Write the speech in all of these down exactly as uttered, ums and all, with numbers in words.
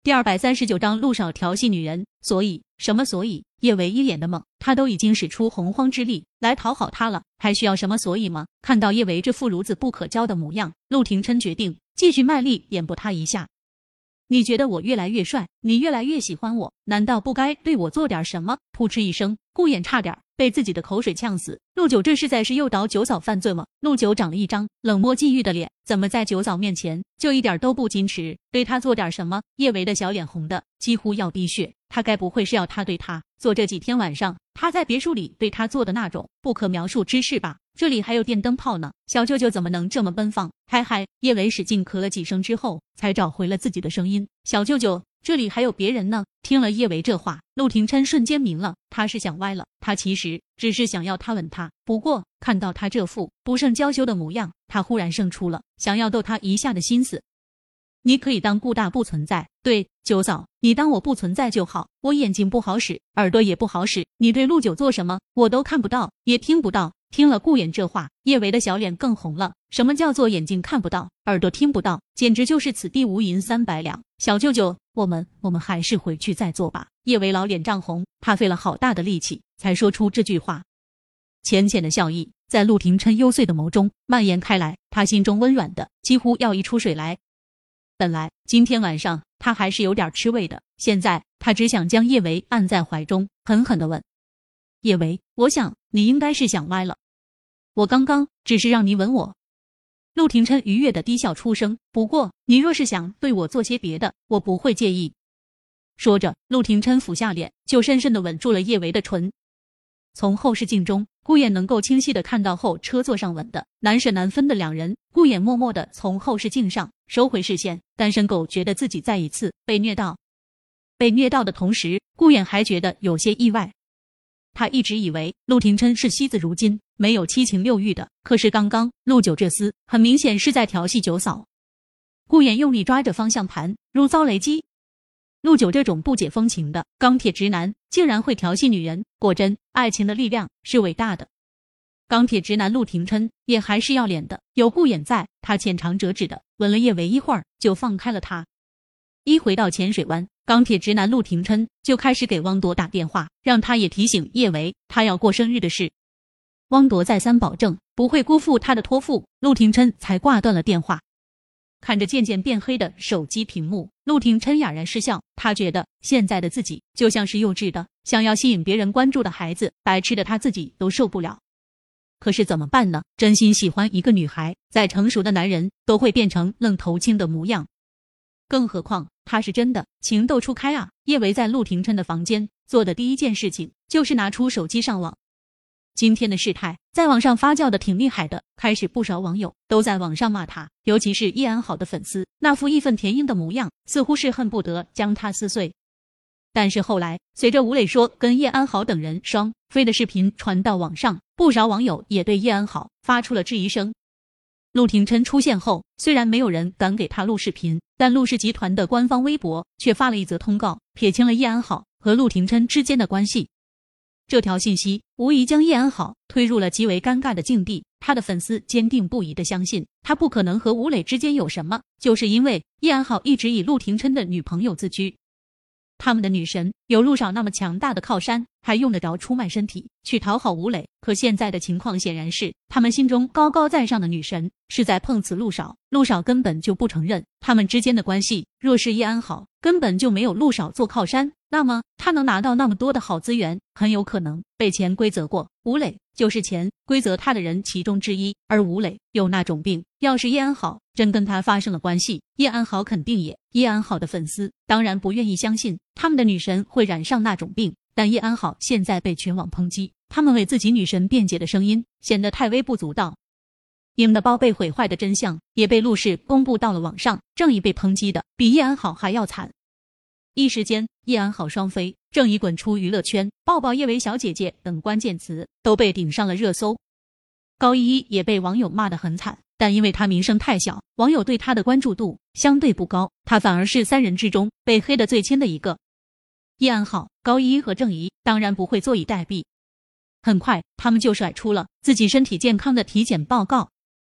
第二百三十九章陆少调戏女人。所以什么所以？叶维一脸的懵，他都已经使出洪荒之力来讨好他了，还需要什么所以吗？看到叶维这副孺子不可教的模样，陆廷琛决定继续卖力点拨他一下。你觉得我越来越帅，你越来越喜欢我，难道不该对我做点什么？噗嗤一声，顾衍差点被自己的口水呛死。陆九这是在是诱导九嫂犯罪吗？陆九长了一张冷漠禁欲的脸，怎么在九嫂面前就一点都不矜持？对他做点什么？叶维的小脸红的几乎要滴血，他该不会是要他对他做这几天晚上他在别墅里对他做的那种不可描述之事吧？这里还有电灯泡呢，小舅舅怎么能这么奔放？嗨嗨！叶维使劲咳了几声之后，才找回了自己的声音。小舅舅，这里还有别人呢。听了叶维这话，陆廷琛瞬间明了，他是想歪了。他其实只是想要他吻他，不过看到他这副不胜娇羞的模样，他忽然生出了想要逗他一下的心思。你可以当顾大不存在，对，九嫂，你当我不存在就好。我眼睛不好使，耳朵也不好使，你对陆九做什么，我都看不到，也听不到。听了顾衍这话，叶维的小脸更红了。什么叫做眼睛看不到，耳朵听不到？简直就是此地无银三百两。小舅舅，我们我们还是回去再做吧。叶维老脸涨红，他费了好大的力气才说出这句话。浅浅的笑意在陆廷琛幽邃的眸中蔓延开来，他心中温软的几乎要溢出水来。本来今天晚上他还是有点吃味的，现在他只想将叶维按在怀中，狠狠地问：叶维，我想你应该是想歪了，我刚刚只是让你吻我。陆廷琛愉悦地低笑出声，不过你若是想对我做些别的，我不会介意。说着，陆廷琛俯下脸就深深地吻住了叶维的唇。从后视镜中，顾衍能够清晰地看到后车座上吻的难舍难分的两人。顾衍默默地从后视镜上收回视线，单身狗觉得自己再一次被虐到。被虐到的同时，顾衍还觉得有些意外。他一直以为陆廷琛是惜字如金，没有七情六欲的，可是刚刚陆九这厮很明显是在调戏九嫂。顾衍用力抓着方向盘，如遭雷击。陆九这种不解风情的钢铁直男竟然会调戏女人，果真爱情的力量是伟大的。钢铁直男陆廷琛也还是要脸的，有顾衍在，他浅尝辄止的吻了叶维一会儿就放开了他。一回到浅水湾，钢铁直男陆廷琛就开始给汪铎打电话，让他也提醒叶维他要过生日的事。汪铎再三保证不会辜负他的托付，陆廷琛才挂断了电话。看着渐渐变黑的手机屏幕，陆廷琛哑然失笑，他觉得现在的自己就像是幼稚的想要吸引别人关注的孩子，白痴的他自己都受不了。可是怎么办呢？真心喜欢一个女孩，再成熟的男人都会变成愣头青的模样，更何况他是真的情窦初开啊。叶维在陆廷琛的房间做的第一件事情就是拿出手机上网。今天的事态在网上发酵的挺厉害的，开始不少网友都在网上骂他，尤其是叶安好的粉丝，那副义愤填膺的模样，似乎是恨不得将他撕碎。但是后来，随着吴磊说跟叶安好等人双飞的视频传到网上，不少网友也对叶安好发出了质疑声。陆廷琛出现后，虽然没有人敢给他录视频，但陆氏集团的官方微博却发了一则通告，撇清了叶安好和陆廷琛之间的关系。这条信息无疑将叶安好推入了极为尴尬的境地，他的粉丝坚定不移地相信他不可能和吴磊之间有什么，就是因为叶安好一直以陆廷琛的女朋友自居。他们的女神有陆少那么强大的靠山，还用得着出卖身体去讨好吴磊？可现在的情况显然是，他们心中高高在上的女神是在碰瓷陆少，陆少根本就不承认他们之间的关系。若是叶安好根本就没有陆少做靠山，那么他能拿到那么多的好资源，很有可能被潜规则过。吴磊就是潜规则他的人其中之一，而吴磊有那种病，要是叶安好真跟他发生了关系，叶安好肯定也。叶安好的粉丝当然不愿意相信他们的女神会染上那种病，但叶安好现在被全网抨击，他们为自己女神辩解的声音显得太微不足道。鹰的包被毁坏的真相也被陆氏公布到了网上，正义被抨击的比叶安好还要惨。一时间，叶安好双飞、正义滚出娱乐圈、抱抱叶维小姐姐等关键词都被顶上了热搜。高依依也被网友骂得很惨，但因为她名声太小，网友对她的关注度相对不高，她反而是三人之中被黑得最轻的一个。叶安好、高依依和郑怡当然不会坐以待毙，很快他们就甩出了自己身体健康的体检报告。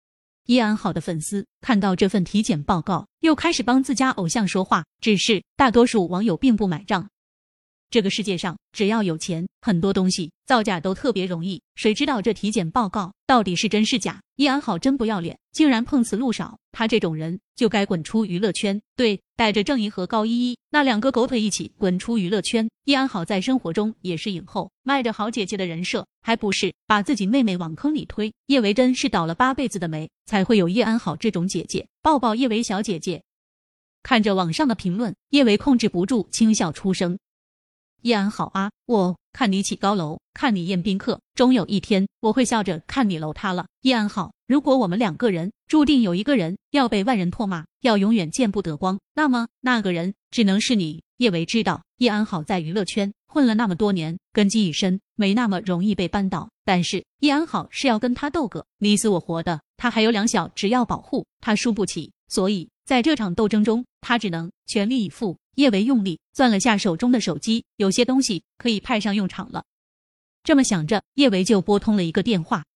叶安好的粉丝看到这份体检报告，又开始帮自家偶像说话，只是大多数网友并不买账。这个世界上只要有钱，很多东西造假都特别容易。谁知道这体检报告到底是真是假？叶安好真不要脸，竟然碰瓷陆少，他这种人就该滚出娱乐圈。对，带着郑怡和高依依那两个狗腿一起滚出娱乐圈。叶安好在生活中也是影后，卖着好姐姐的人设，还不是把自己妹妹往坑里推。叶维真是倒了八辈子的霉，才会有叶安好这种姐姐。抱抱叶维小姐姐。看着网上的评论，叶维控制不住轻笑出声。叶安好啊，我看你起高楼，看你宴宾客，终有一天我会笑着看你楼塌了。叶安好，如果我们两个人注定有一个人要被万人唾骂，要永远见不得光，那么那个人只能是你。叶维知道叶安好在娱乐圈混了那么多年，根基已深，没那么容易被扳倒，但是叶安好是要跟他斗个你死我活的，他还有两小只要保护，他输不起，所以在这场斗争中，他只能全力以赴。叶维用力攥了下手中的手机，有些东西可以派上用场了。这么想着，叶维就拨通了一个电话。